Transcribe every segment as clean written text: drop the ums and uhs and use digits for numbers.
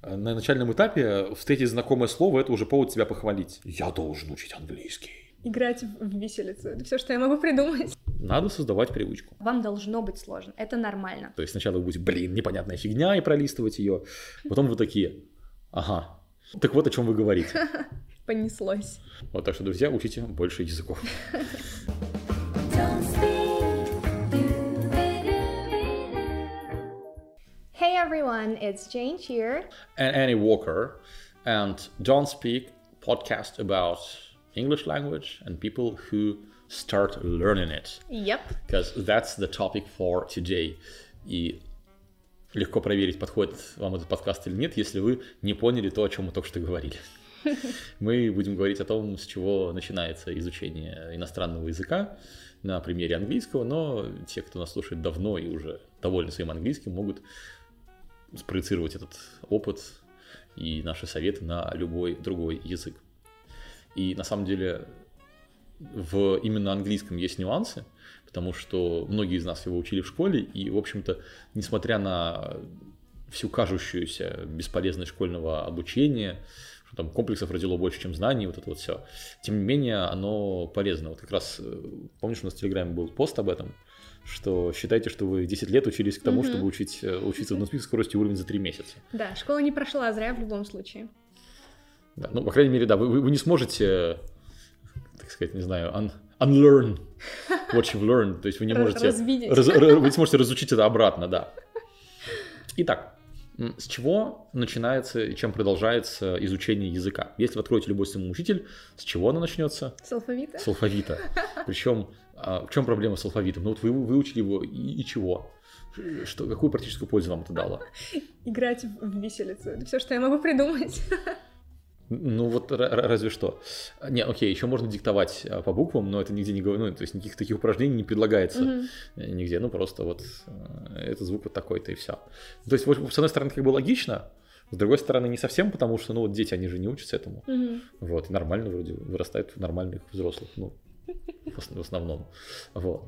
на начальном этапе встретить знакомое слово — это уже повод себя похвалить. Я должен учить английский. Играть в виселицу. Это все, что я могу придумать. Надо создавать привычку. Вам должно быть сложно. Это нормально. То есть сначала вы будете, непонятная фигня, и пролистывать ее. Потом вы такие, ага, так вот о чем вы говорите. Понеслось. Вот так что, друзья, учите больше языков. Hey everyone, it's Jane here. And Annie Walker. And Don't Speak podcast about English language and people who start learning it. Yep. Because that's the topic for today. И легко проверить, подходит вам этот подкаст или нет, если вы не поняли то, о чем мы только что говорили. Мы будем говорить о том, с чего начинается изучение иностранного языка на примере английского, но те, кто нас слушает давно и уже довольны своим английским, могут спроецировать этот опыт и наши советы на любой другой язык. И на самом деле в именно английском есть нюансы, потому что многие из нас его учили в школе, и, в общем-то, несмотря на всю кажущуюся бесполезность школьного обучения, что там комплексов родило больше, чем знаний, вот это вот все, тем не менее оно полезно. Вот как раз, помнишь, у нас в Телеграме был пост об этом, что считайте, что вы 10 лет учились к тому, чтобы учиться в односписке скорости уровень за 3 месяца. Да, школа не прошла зря в любом случае. Да, ну, по крайней мере, да, вы не сможете, так сказать, не знаю, unlearn what you've learned, то есть вы не можете... Вы не сможете разучить это обратно, да. Итак, с чего начинается и чем продолжается изучение языка? Если вы откроете любой самоучитель, с чего оно начнется? С алфавита. С алфавита. Причем, в чем проблема с алфавитом? Ну вот вы выучили его и чего? Какую практическую пользу вам это дало? Играть в виселицу. Это все, что я могу придумать. Ну вот разве что. Не, окей, еще можно диктовать по буквам, но это нигде не говорю, ну, то есть никаких таких упражнений не предлагается нигде, ну просто вот этот звук вот такой-то и все. То есть с одной стороны как бы логично, с другой стороны не совсем, потому что, ну вот дети, они же не учатся этому, вот, и нормально вроде вырастают в нормальных взрослых, ну, в основном, вот.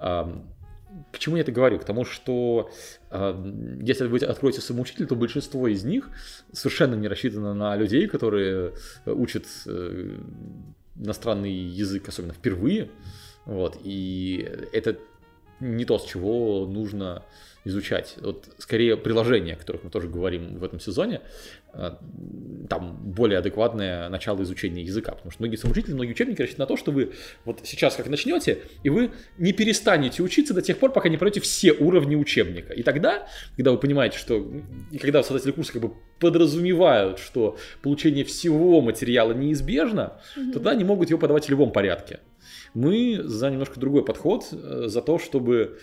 К чему я это говорю? К тому, что если вы откроете самоучитель, то большинство из них совершенно не рассчитано на людей, которые учат иностранный язык, особенно впервые. Вот, и это не то, с чего нужно изучать. Вот, скорее, приложения, о которых мы тоже говорим в этом сезоне, там более адекватное начало изучения языка. Потому что многие самоучители, многие учебники рассчитаны на то, что вы вот сейчас как начнете, и вы не перестанете учиться до тех пор, пока не пройдете все уровни учебника. И тогда, когда вы понимаете, что... И когда создатели курса как бы подразумевают, что получение всего материала неизбежно, тогда они могут его подавать в любом порядке. Мы за немножко другой подход, за то, чтобы...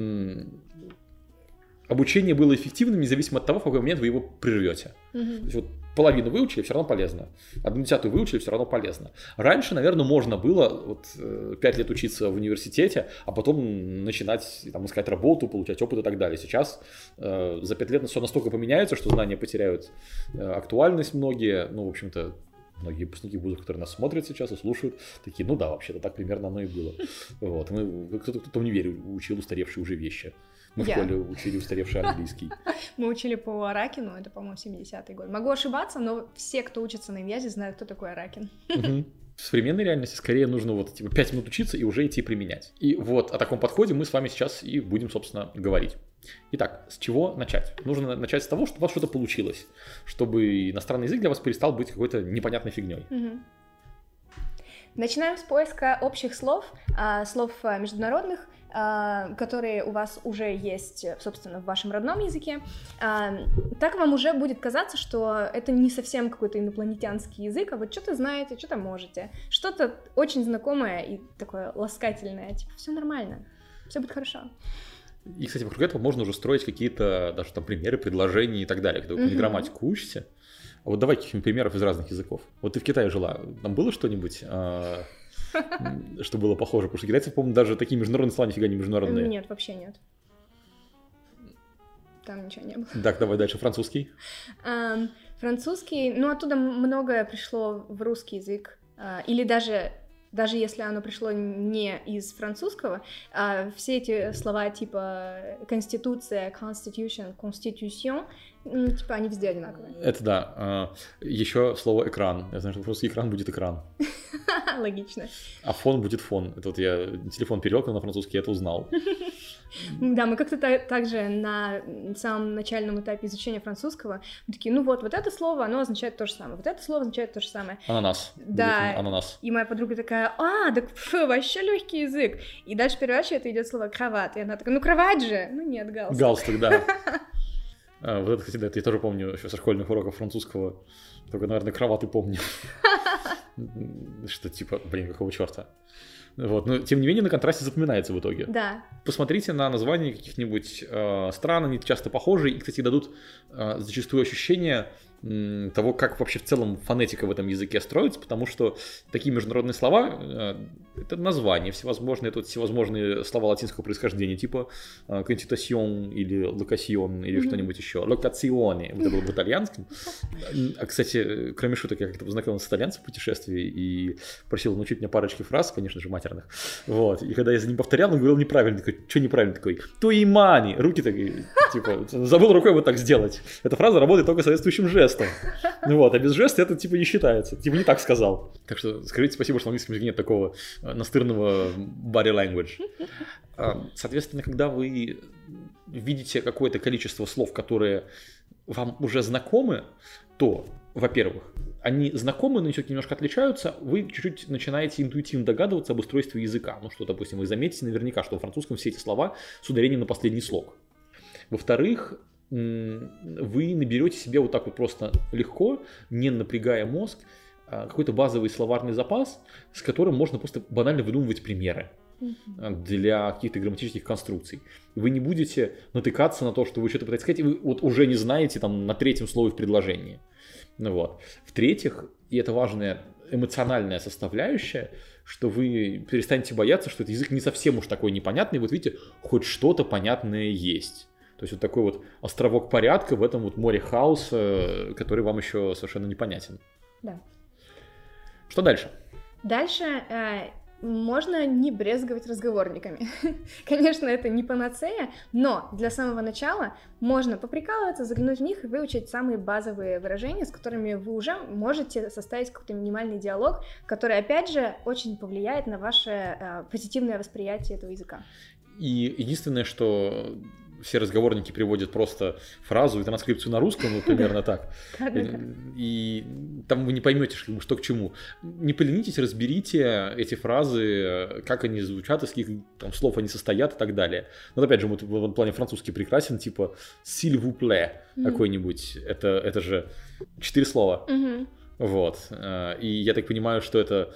обучение было эффективным, независимо от того, в какой момент вы его прервете. То есть вот половину выучили, все равно полезно. 1/10 выучили, все равно полезно. Раньше, наверное, можно было вот, 5 лет учиться в университете, а потом начинать там, искать работу, получать опыт и так далее. Сейчас за 5 лет все настолько поменяется, что знания потеряют актуальность многие. Ну, в общем-то, многие выпускники вузов, которые нас смотрят сейчас и слушают, такие, ну да, вообще-то так примерно оно и было. Вот. Кто-то в универе учил устаревшие уже вещи. Мы в школе учили устаревший английский. Мы учили по Аракину, это, по-моему, 70-й год. Могу ошибаться, но все, кто учится на Иньязе, знают, кто такой Аракин. В современной реальности скорее нужно вот типа 5 минут учиться и уже идти применять. И вот о таком подходе мы с вами сейчас и будем, собственно, говорить. Итак, с чего начать? Нужно начать с того, что у вас что-то получилось, чтобы иностранный язык для вас перестал быть какой-то непонятной фигней. Начинаем с поиска общих слов, слов международных, которые у вас уже есть, собственно, в вашем родном языке. Так вам уже будет казаться, что это не совсем какой-то инопланетянский язык, а вот что-то знаете, что-то можете. Что-то очень знакомое и такое ласкательное, типа, все нормально, все будет хорошо. И, кстати, вокруг этого можно уже строить какие-то даже там примеры, предложения и так далее, когда вы грамматику учите. А вот давай каких-нибудь примеров из разных языков. Вот ты в Китае жила, там было что-нибудь, что было похоже? Потому что китайцы, по-моему, даже такие международные слова нифига не международные. Нет, вообще нет. Там ничего не было. Так, давай дальше. Французский? Французский, ну, оттуда многое пришло в русский язык. Или даже если оно пришло не из французского, все эти слова типа конституция, constitution, Типа они везде одинаковые. Это да. Еще слово экран. Я знаю, что просто экран будет экран. Логично. А фон будет фон. Это вот я телефон перевел на французский, я это узнал. Да, мы как-то также на самом начальном этапе изучения французского мы такие, ну вот это слово, оно означает то же самое, вот это слово означает то же самое. Ананас. Да. Ананас. И моя подруга такая, так вообще легкий язык. И дальше переворачивает, идет слово кровать. И она такая, ну кровать же. Ну нет, галстук. Галстук, да. Вот это, кстати, да, я тоже помню еще со школьных уроков французского. Только, наверное, кроваты помню. Что типа, какого черта. Вот. Но, тем не менее, на контрасте запоминается в итоге. Да. Посмотрите на названия каких-нибудь стран, они часто похожи, и, кстати, дадут зачастую ощущение того, как вообще в целом фонетика в этом языке строится, потому что такие международные слова это названия всевозможные, это всевозможные слова латинского происхождения, типа конституцион или локасион или что-нибудь еще. Локационе, это было в итальянском. Кстати, кроме шуток, я как-то познакомился с итальянцем в путешествии и просил научить меня парочки фраз, конечно же, матерных. Вот. И когда я за ним повторял, он говорил неправильно. Такой, что неправильно? Такой, туи мани. Руки такие, типа, забыл рукой вот так сделать. Эта фраза работает только соответствующим жестом. Вот, а без жеста это типа не считается. Типа не так сказал. Так что скажите спасибо, что в английском языке нет такого настырного body language. Соответственно, когда вы видите какое-то количество слов, которые вам уже знакомы, то, во-первых, они знакомы, но все-таки немножко отличаются, вы чуть-чуть начинаете интуитивно догадываться об устройстве языка. Ну что, допустим, вы заметите наверняка, что в французском все эти слова с ударением на последний слог. Во-вторых, вы наберете себе вот так вот просто легко, не напрягая мозг, какой-то базовый словарный запас, с которым можно просто банально выдумывать примеры для каких-то грамматических конструкций. Вы не будете натыкаться на то, что вы что-то пытаетесь сказать, и вы вот уже не знаете там на третьем слове в предложении. Ну, вот. В-третьих, и это важная эмоциональная составляющая, что вы перестанете бояться, что этот язык не совсем уж такой непонятный, вот видите, хоть что-то понятное есть. То есть вот такой вот островок порядка в этом вот море хаоса, который вам еще совершенно непонятен. Да. Что дальше? Дальше можно не брезговать разговорниками. Конечно, это не панацея, но для самого начала можно поприкалываться, заглянуть в них и выучить самые базовые выражения, с которыми вы уже можете составить какой-то минимальный диалог, который, опять же, очень повлияет на ваше позитивное восприятие этого языка. И единственное, что все разговорники приводят просто фразу и транскрипцию на русском, вот примерно так. И там вы не поймете, что к чему. Не поленитесь, разберите эти фразы, как они звучат, из каких там слов они состоят и так далее. Но опять же, вот в плане французский прекрасен, типа «s'il vous plaît» какой-нибудь. Это же 4 слова. Вот. И я так понимаю, что это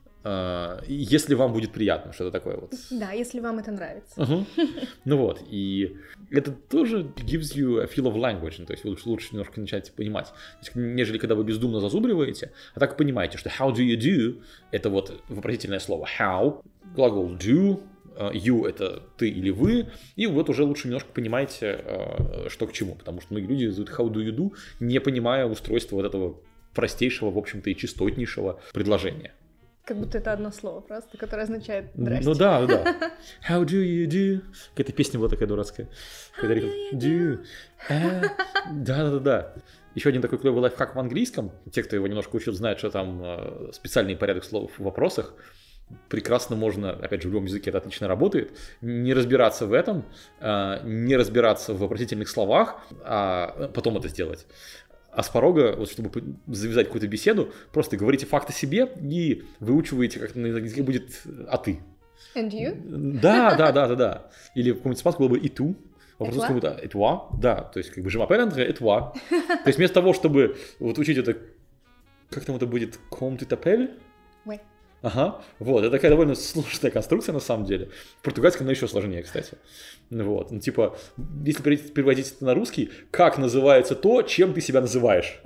если вам будет приятно, что-то такое вот. Да, если вам это нравится. Ну вот, и это тоже gives you a feel of language, то есть вы лучше немножко начать понимать, нежели когда вы бездумно зазубриваете, а так понимаете, что how do you do, это вот вопросительное слово how, глагол do, you это ты или вы, и вот уже лучше немножко понимаете, что к чему, потому что многие люди называют how do you do, не понимая устройства вот этого простейшего, в общем-то, и частотнейшего предложения. Как будто это одно слово просто, которое означает «здрасте». Ну да, да. How do you do? Какая-то песня была такая дурацкая. How do you do? Да. Еще один такой клевый лайфхак в английском. Те, кто его немножко учил, знают, что там специальный порядок слов в вопросах. Прекрасно можно, опять же, в любом языке это отлично работает, не разбираться в этом, не разбираться в вопросительных словах, а потом это сделать. А с порога, вот, чтобы завязать какую-то беседу, просто говорите факт о себе и выучиваете, как на языке будет «а ты». And you? Да. Или в каком-нибудь испанском было бы «и ту». Во французском это «et toi». Да, то есть как бы «je m'appelle André, et toi». То есть вместо того, чтобы вот учить это, как там это будет «comme tu t'appelles». Ouais. Ага, вот, это такая довольно сложная конструкция на самом деле. В португальском она еще сложнее, кстати. Вот, ну типа, если переводить это на русский, как называется то, чем ты себя называешь?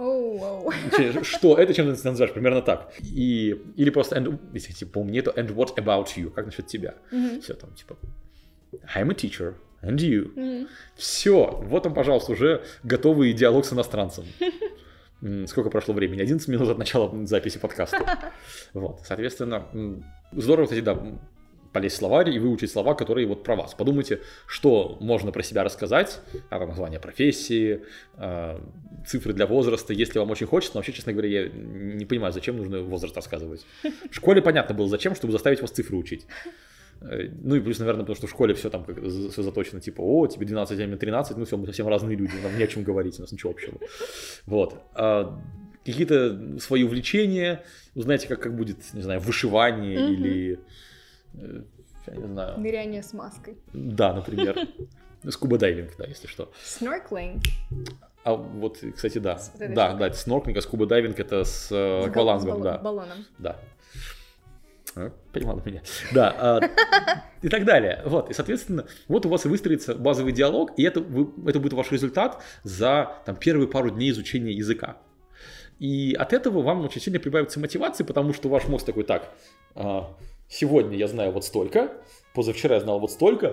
Что это, чем ты себя называешь? Примерно так. Или просто, если типа поумнее, то and what about you? Как насчет тебя? Все там, типа, I'm a teacher, and you. Все, вот там, пожалуйста, уже готовый диалог с иностранцем. Сколько прошло времени? 11 минут от начала записи подкаста. Вот, соответственно, здорово, кстати, да, полезть в словарь и выучить слова, которые вот про вас. Подумайте, что можно про себя рассказать, название профессии, цифры для возраста, если вам очень хочется. Но вообще, честно говоря, я не понимаю, зачем нужно возраст рассказывать. В школе понятно было, зачем, чтобы заставить вас цифры учить. Ну и плюс, наверное, потому что в школе все там все заточено, типа, о, тебе 12, а мне 13, ну все, мы совсем разные люди, нам не о чем говорить, у нас ничего общего. Вот. Какие-то свои увлечения, узнаете, как будет, не знаю, вышивание или, я не знаю... Ныряние с маской. Да, например. Скуба-дайвинг, да, если что. Snorkeling. А вот, кстати, да. Да, это снорклинг, а скуба-дайвинг это с аквалангом, да. Баллоном. Да. Понимала меня. Да, и так далее. Вот, и, соответственно, вот у вас и выстроится базовый диалог, и это будет ваш результат за там, первые пару дней изучения языка. И от этого вам очень сильно прибавится мотивации, потому что ваш мозг такой, так, сегодня я знаю вот столько, позавчера я знал вот столько,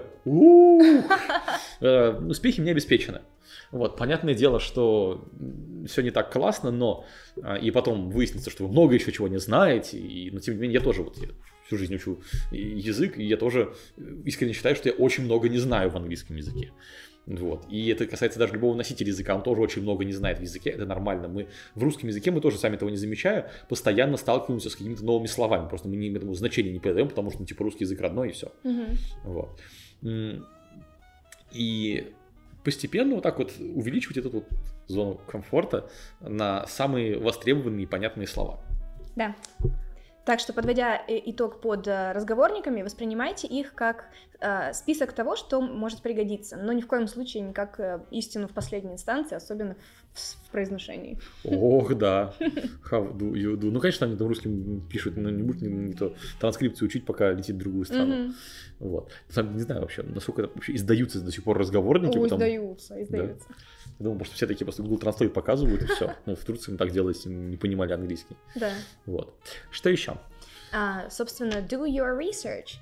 успехи мне обеспечены. Вот, понятное дело, что все не так классно, но и потом выяснится, что вы много еще чего не знаете, но тем не менее я тоже вот всю жизнь учу язык, и я тоже искренне считаю, что я очень много не знаю в английском языке. Вот. И это касается даже любого носителя языка, он тоже очень много не знает в языке, это нормально. Мы в русском языке, мы тоже сами этого не замечая, постоянно сталкиваемся с какими-то новыми словами, просто мы этому значения не придаем, потому что, типа, русский язык родной и все. Вот. И постепенно вот так вот увеличивать эту вот зону комфорта на самые востребованные и понятные слова. Да. Так что, подводя итог под разговорниками, воспринимайте их как список того, что может пригодиться, но ни в коем случае не как истину в последней инстанции, особенно в произношении. Ох, да. How do you do? Ну, конечно, они там русским пишут, но не будет никто транскрипцию учить, пока летит в другую страну. Вот. Не знаю вообще, насколько это вообще издаются до сих пор разговорники. Издаются. Да? Я думаю, потому что все такие просто Google Translate показывают, и все. Ну, в Турции мы так делали, если не понимали английский. Да. Вот. Что еще? Собственно, do your research.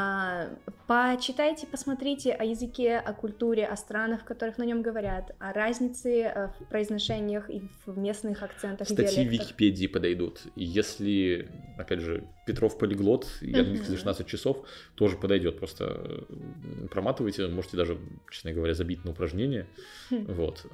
Почитайте, посмотрите о языке, о культуре, о странах, в которых на нем говорят, о разнице в произношениях и в местных акцентах. Статьи в Википедии подойдут. Если, опять же, Петров полиглот и английский за 16 часов тоже подойдет. Просто проматывайте, можете даже, честно говоря, забить на упражнения. Вот.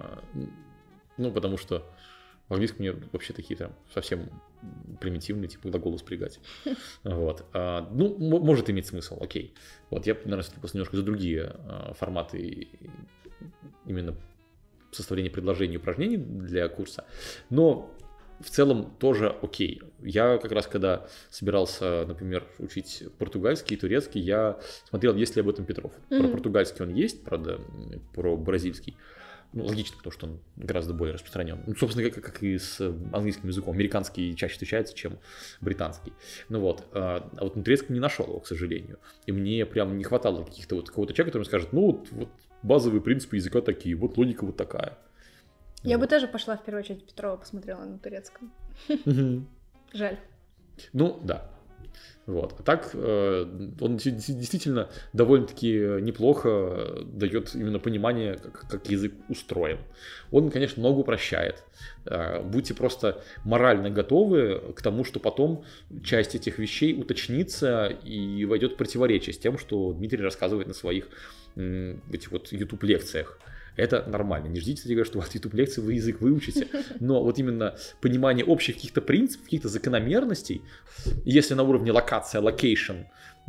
Ну, потому что в английском мне вообще такие там совсем примитивные, типа глаголы спрягать. Вот. Ну, может иметь смысл, окей. Вот, я, наверное, просто немножко за другие форматы именно составления предложений и упражнений для курса. Но в целом тоже окей. Я как раз, когда собирался, например, учить португальский и турецкий, я смотрел, есть ли об этом Петров. Про португальский он есть, правда, про бразильский. Ну, логично, потому что он гораздо более распространен. Ну, собственно, как и с английским языком. Американский чаще встречается, чем британский. Ну вот. А вот на турецком не нашел его, к сожалению. И мне прям не хватало какого-то человека, который скажет, ну, вот базовые принципы языка такие, вот логика вот такая. Я бы тоже пошла в первую очередь Петрова, посмотрела на турецком. Жаль. Ну, да. Вот. А так он действительно довольно-таки неплохо дает именно понимание, как язык устроен. Он, конечно, много упрощает. Будьте просто морально готовы к тому, что потом часть этих вещей уточнится и войдет в противоречие с тем, что Дмитрий рассказывает на своих этих вот YouTube-лекциях. Это нормально. Не ждите, кстати, что от YouTube-лекций вы язык выучите. Но вот именно понимание общих каких-то принципов, каких-то закономерностей, если на уровне локация, location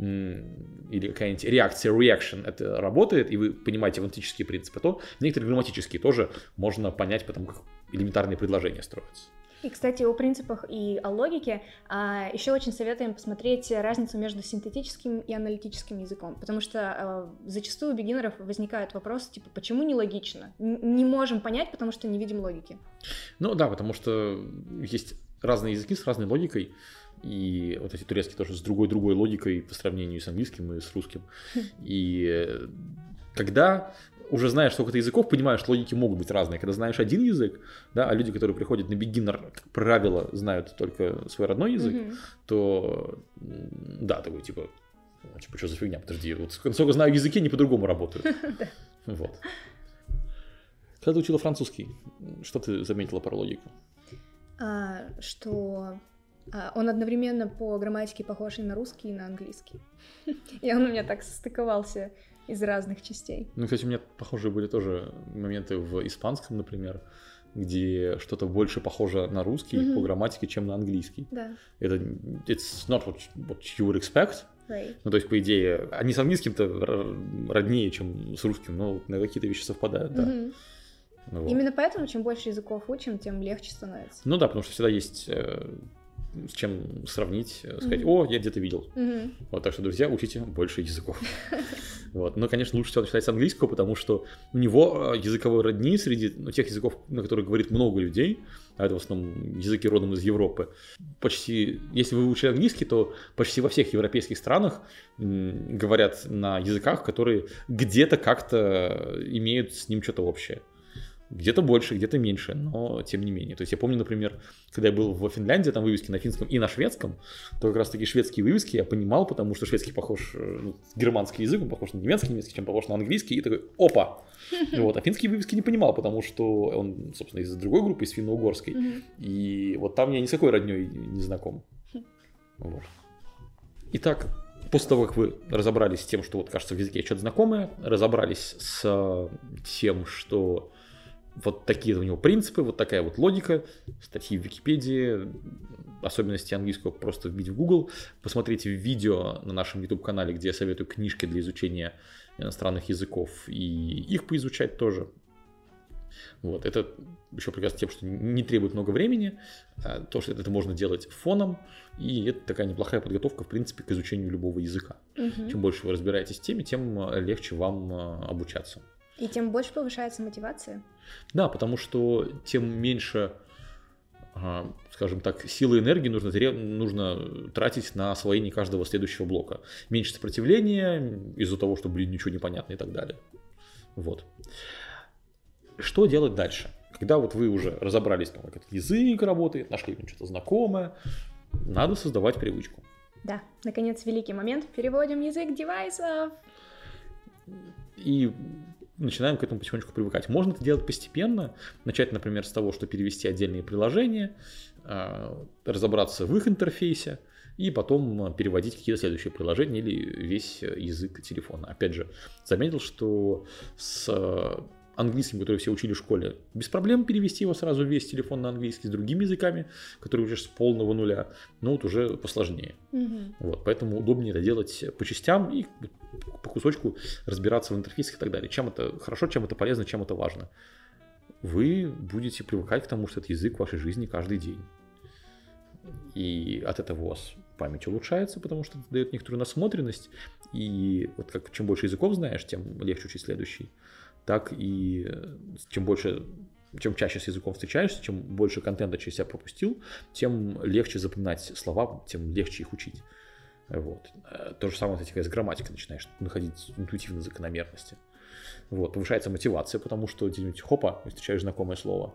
или какая-нибудь реакция, reaction это работает, и вы понимаете фонетические принципы, то некоторые грамматические тоже можно понять, потому как элементарные предложения строятся. И, кстати, о принципах и о логике еще очень советуем посмотреть разницу между синтетическим и аналитическим языком, потому что зачастую у бигинеров возникают вопросы, типа, почему нелогично? Не можем понять, потому что не видим логики. Ну да, потому что есть разные языки с разной логикой, и вот эти турецкие тоже с другой логикой по сравнению с английским и с русским. И когда уже знаешь сколько-то языков, понимаешь, что логики могут быть разные. Когда знаешь один язык, да, а люди, которые приходят на beginner, как правило, знают только свой родной язык, то да, такой типа, что за фигня, подожди, вот сколько знаю языки, не по-другому работают. Вот. Когда ты учила французский, что ты заметила про логику? Что Он одновременно по грамматике похож и на русский, и на английский. И он у меня так состыковался из разных частей. Ну, кстати, у меня похожие были тоже моменты в испанском, например, где что-то больше похоже на русский по грамматике, чем на английский. Да. Это it's not what you would expect. Right. Ну, то есть, по идее, они с английским-то роднее, чем с русским, но на какие-то вещи совпадают, да. Ну, вот. Именно поэтому, чем больше языков учим, тем легче становится. Ну да, потому что всегда есть с чем сравнить, сказать, о, я где-то видел. Вот, так что, друзья, учите больше языков. Вот. Но, конечно, лучше всего начинать с английского, потому что у него языковой родни среди тех языков, на которых говорит много людей, а это в основном языки родом из Европы. Почти, если вы учили английский, то почти во всех европейских странах говорят на языках, которые где-то как-то имеют с ним что-то общее. Где-то больше, где-то меньше, но тем не менее. То есть я помню, например, когда я был в Финляндии, там вывески на финском и на шведском, то как раз таки шведские вывески я понимал, потому что шведский похож, германский язык, он похож на немецкий, чем похож на английский, и такой, опа! Вот, а финские вывески не понимал, потому что он, собственно, из другой группы, из финно-угорской, и вот там я ни с какой роднёй не знаком. Вот. Итак, после того, как вы разобрались с тем, что вот, кажется, в языке что-то знакомое, разобрались с тем, что вот такие у него принципы, вот такая вот логика, статьи в Википедии, особенности английского просто вбить в Google, посмотрите видео на нашем YouTube-канале, где я советую книжки для изучения иностранных языков и их поизучать тоже. Вот, это еще прекрасно тем, что не требует много времени, то, что это можно делать фоном, и это такая неплохая подготовка, в принципе, к изучению любого языка. Чем больше вы разбираетесь в теме, тем легче вам обучаться. И тем больше повышается мотивация. Да, потому что тем меньше, скажем так, силы и энергии нужно тратить на освоение каждого следующего блока. Меньше сопротивления из-за того, что, ничего не понятно и так далее. Вот. Что делать дальше? Когда вот вы уже разобрались, как этот язык работает, нашли что-то знакомое, надо создавать привычку. Да, наконец, великий момент. Переводим язык девайсов. И начинаем к этому потихонечку привыкать. Можно это делать постепенно. Начать, например, с того, что перевести отдельные приложения, разобраться в их интерфейсе и потом переводить какие-то следующие приложения или весь язык телефона. Опять же, заметил, что с английским, который все учили в школе, без проблем перевести его сразу весь телефон на английский, с другими языками, которые учишь с полного нуля, но вот уже посложнее. Вот, поэтому удобнее это делать по частям и по кусочку разбираться в интерфейсах и так далее. Чем это хорошо, чем это полезно, чем это важно. Вы будете привыкать к тому, что это язык в вашей жизни каждый день. И от этого у вас память улучшается, потому что это дает некоторую насмотренность. И вот как чем больше языков знаешь, тем легче учить следующий. Так и чем чаще с языком встречаешься, чем больше контента через себя пропустил, тем легче запоминать слова, тем легче их учить. Вот. То же самое, кстати, с грамматикой начинаешь находить интуитивные закономерности. Вот. Повышается мотивация, потому что где-нибудь хопа, встречаешь знакомое слово.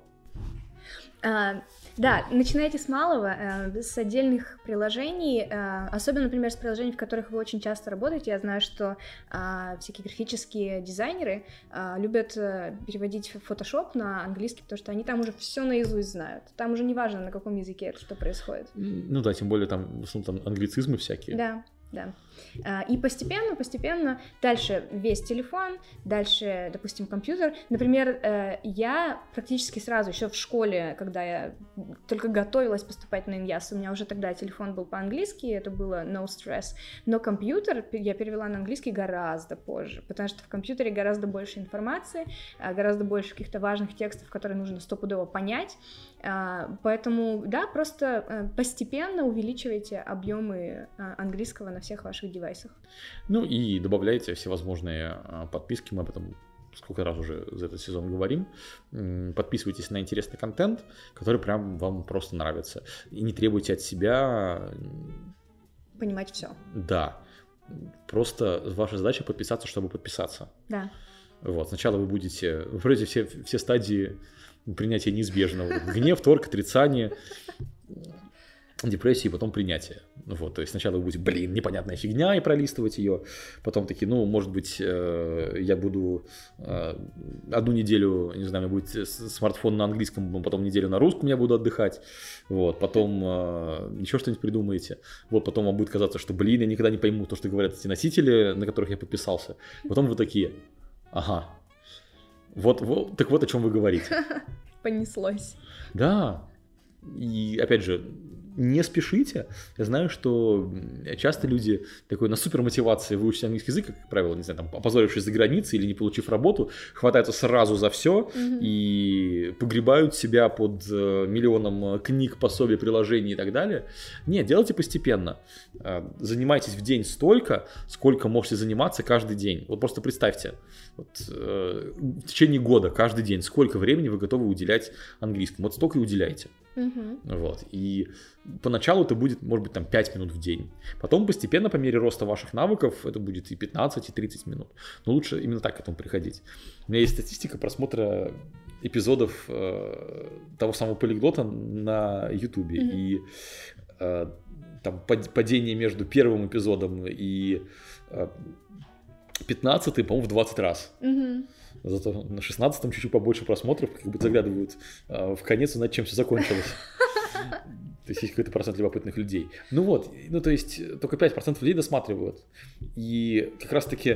Да, начинайте с малого, с отдельных приложений, особенно, например, с приложений, в которых вы очень часто работаете. Я знаю, что всякие графические дизайнеры любят переводить Photoshop на английский, потому что они там уже все наизусть знают. Там уже не важно, на каком языке это что происходит. Ну да, тем более там в основном там англицизмы всякие. Да. Да. И постепенно дальше весь телефон, дальше, допустим, компьютер. Например, я практически сразу, еще в школе, когда я только готовилась поступать на ИНЯС, у меня уже тогда телефон был по-английски, это было no stress, но компьютер я перевела на английский гораздо позже, потому что в компьютере гораздо больше информации, гораздо больше каких-то важных текстов, которые нужно стопудово понять, поэтому, да, просто постепенно увеличивайте объемы английского на всех ваших девайсах. Ну и добавляйте всевозможные подписки, мы об этом сколько раз уже за этот сезон говорим. Подписывайтесь на интересный контент, который прям вам просто нравится. И не требуйте от себя понимать все. Да. Просто ваша задача подписаться, чтобы подписаться. Да. Вот. Сначала вы пройдете все стадии принятия неизбежного. Гнев, торг, отрицание. депрессии, потом принятие. Вот, то есть сначала вы будете, непонятная фигня, и пролистывать ее, потом такие, может быть, я буду одну неделю, не знаю, у меня будет смартфон на английском, потом неделю на русском я буду отдыхать, вот, потом еще что-нибудь придумаете, вот, потом вам будет казаться, что, я никогда не пойму то, что говорят эти носители, на которых я подписался, потом вы такие, ага, так вот о чем вы говорите. Понеслось. Да, и опять же, не спешите. Я знаю, что часто люди такой на супермотивации выучить английский язык, как правило, не знаю, там, опозорившись за границей или не получив работу, хватаются сразу за все и погребают себя под миллионом книг, пособий, приложений и так далее. Нет, делайте постепенно. Занимайтесь в день столько, сколько можете заниматься каждый день. Вот просто представьте, в течение года, каждый день, сколько времени вы готовы уделять английскому. Вот столько и уделяйте. Вот. И поначалу это будет, может быть, там 5 минут в день. Потом постепенно, по мере роста ваших навыков, это будет и 15, и 30 минут. Но лучше именно так к этому приходить. У меня есть статистика просмотра эпизодов того самого полиглота на Ютубе. И там падение между первым эпизодом и 15-й, по-моему, в 20 раз. Зато на 16-м чуть-чуть побольше просмотров, как бы заглядывают в конец узнать, чем все закончилось. То есть есть какой-то процент любопытных людей. То есть только 5% людей досматривают. И как раз-таки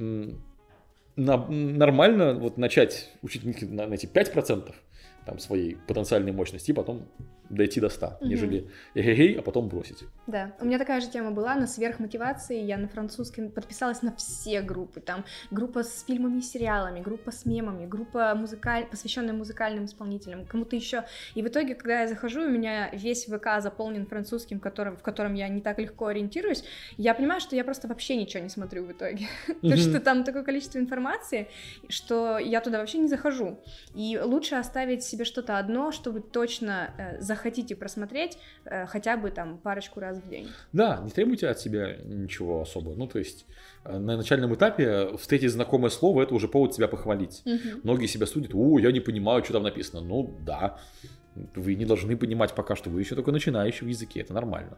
нормально начать учить на эти 5% там, своей потенциальной мощности и потом дойти до 100, нежели а потом бросить. Да, у меня такая же тема была на сверхмотивации, я на французском подписалась на все группы, там группа с фильмами и сериалами, группа с мемами, группа посвященная музыкальным исполнителям, кому-то еще, и в итоге, когда я захожу, у меня весь ВК заполнен французским, в котором я не так легко ориентируюсь, я понимаю, что я просто вообще ничего не смотрю в итоге, потому что там такое количество информации, что я туда вообще не захожу, и лучше оставить себе что-то одно, что вы точно захотите просмотреть хотя бы там парочку раз в день. Да, не требуйте от себя ничего особого. То есть на начальном этапе встретить знакомое слово, это уже повод себя похвалить. Многие себя судят, я не понимаю, что там написано. Да, вы не должны понимать пока что, вы еще только начинающий в языке, это нормально.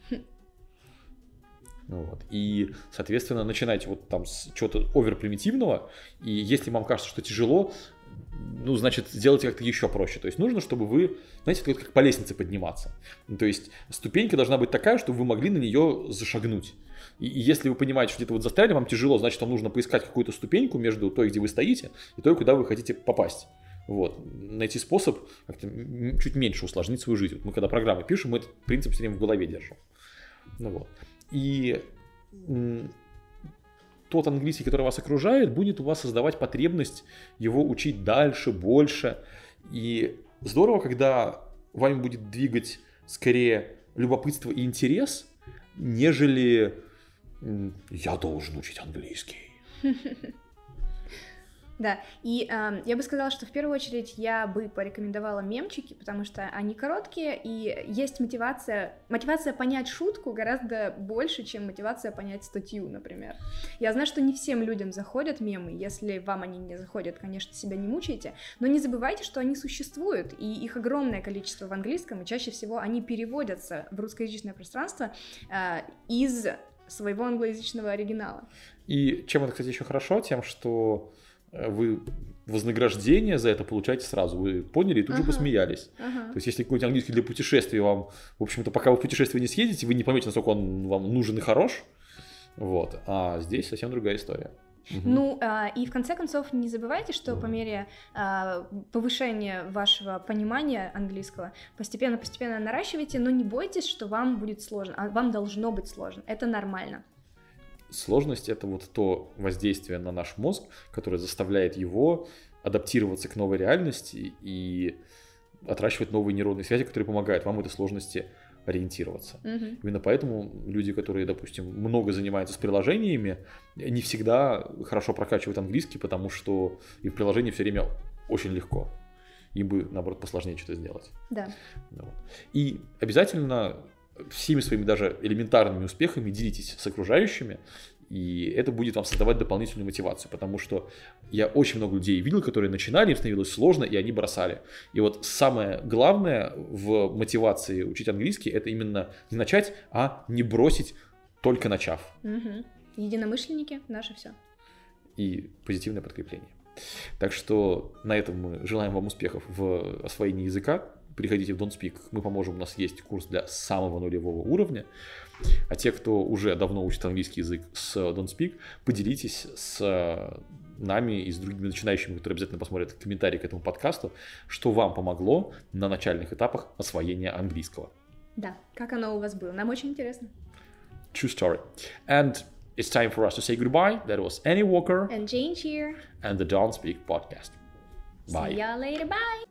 И, соответственно, начинайте там с чего-то оверпримитивного, и если вам кажется, что тяжело, значит, сделайте как-то еще проще. То есть нужно, чтобы вы, знаете, как по лестнице подниматься. То есть ступенька должна быть такая, чтобы вы могли на нее зашагнуть. И если вы понимаете, что где-то застряли, вам тяжело, значит, вам нужно поискать какую-то ступеньку между той, где вы стоите, и той, куда вы хотите попасть. Найти способ как-то чуть меньше усложнить свою жизнь. Мы когда программы пишем, мы этот принцип все время в голове держим. И тот английский, который вас окружает, будет у вас создавать потребность его учить дальше, больше. И здорово, когда вами будет двигать скорее любопытство и интерес, нежели «я должен учить английский». Да, и я бы сказала, что в первую очередь я бы порекомендовала мемчики, потому что они короткие, и есть мотивация понять шутку гораздо больше, чем мотивация понять статью, например. Я знаю, что не всем людям заходят мемы, если вам они не заходят, конечно, себя не мучайте, но не забывайте, что они существуют, и их огромное количество в английском, и чаще всего они переводятся в русскоязычное пространство из своего англоязычного оригинала. И чем это, кстати, еще хорошо? Тем, что вы вознаграждение за это получаете сразу. Вы поняли и тут же посмеялись. То есть, если какой-нибудь английский для путешествий вам, в общем-то, пока вы в путешествие не съедете, вы не поймете, насколько он вам нужен и хорош. А здесь совсем другая история. И в конце концов не забывайте, что по мере повышения вашего понимания английского постепенно наращивайте, но не бойтесь, что вам будет сложно, а вам должно быть сложно. Это нормально. Сложность — это то воздействие на наш мозг, которое заставляет его адаптироваться к новой реальности и отращивать новые нейронные связи, которые помогают вам в этой сложности ориентироваться. Именно поэтому люди, которые, допустим, много занимаются с приложениями, не всегда хорошо прокачивают английский, потому что и в приложении все время очень легко. Им бы, наоборот, посложнее что-то сделать. Да. И обязательно всеми своими даже элементарными успехами делитесь с окружающими И это будет вам создавать дополнительную мотивацию, потому что я очень много людей видел, которые начинали, им становилось сложно, и они бросали. И вот самое главное в мотивации учить английский — это именно не начать, а не бросить, только начав. Угу. Единомышленники — наше все. И позитивное подкрепление. Так что на этом мы желаем вам успехов в освоении языка. Приходите в Don't Speak, мы поможем, у нас есть курс для самого нулевого уровня. А те, кто уже давно учит английский язык с Don't Speak, поделитесь с нами и с другими начинающими, которые обязательно посмотрят комментарии к этому подкасту, что вам помогло на начальных этапах освоения английского. Да, как оно у вас было, нам очень интересно. True story. And it's time for us to say goodbye. That was Annie Walker And Jane here. and the Don't Speak podcast. Bye. See ya later, bye!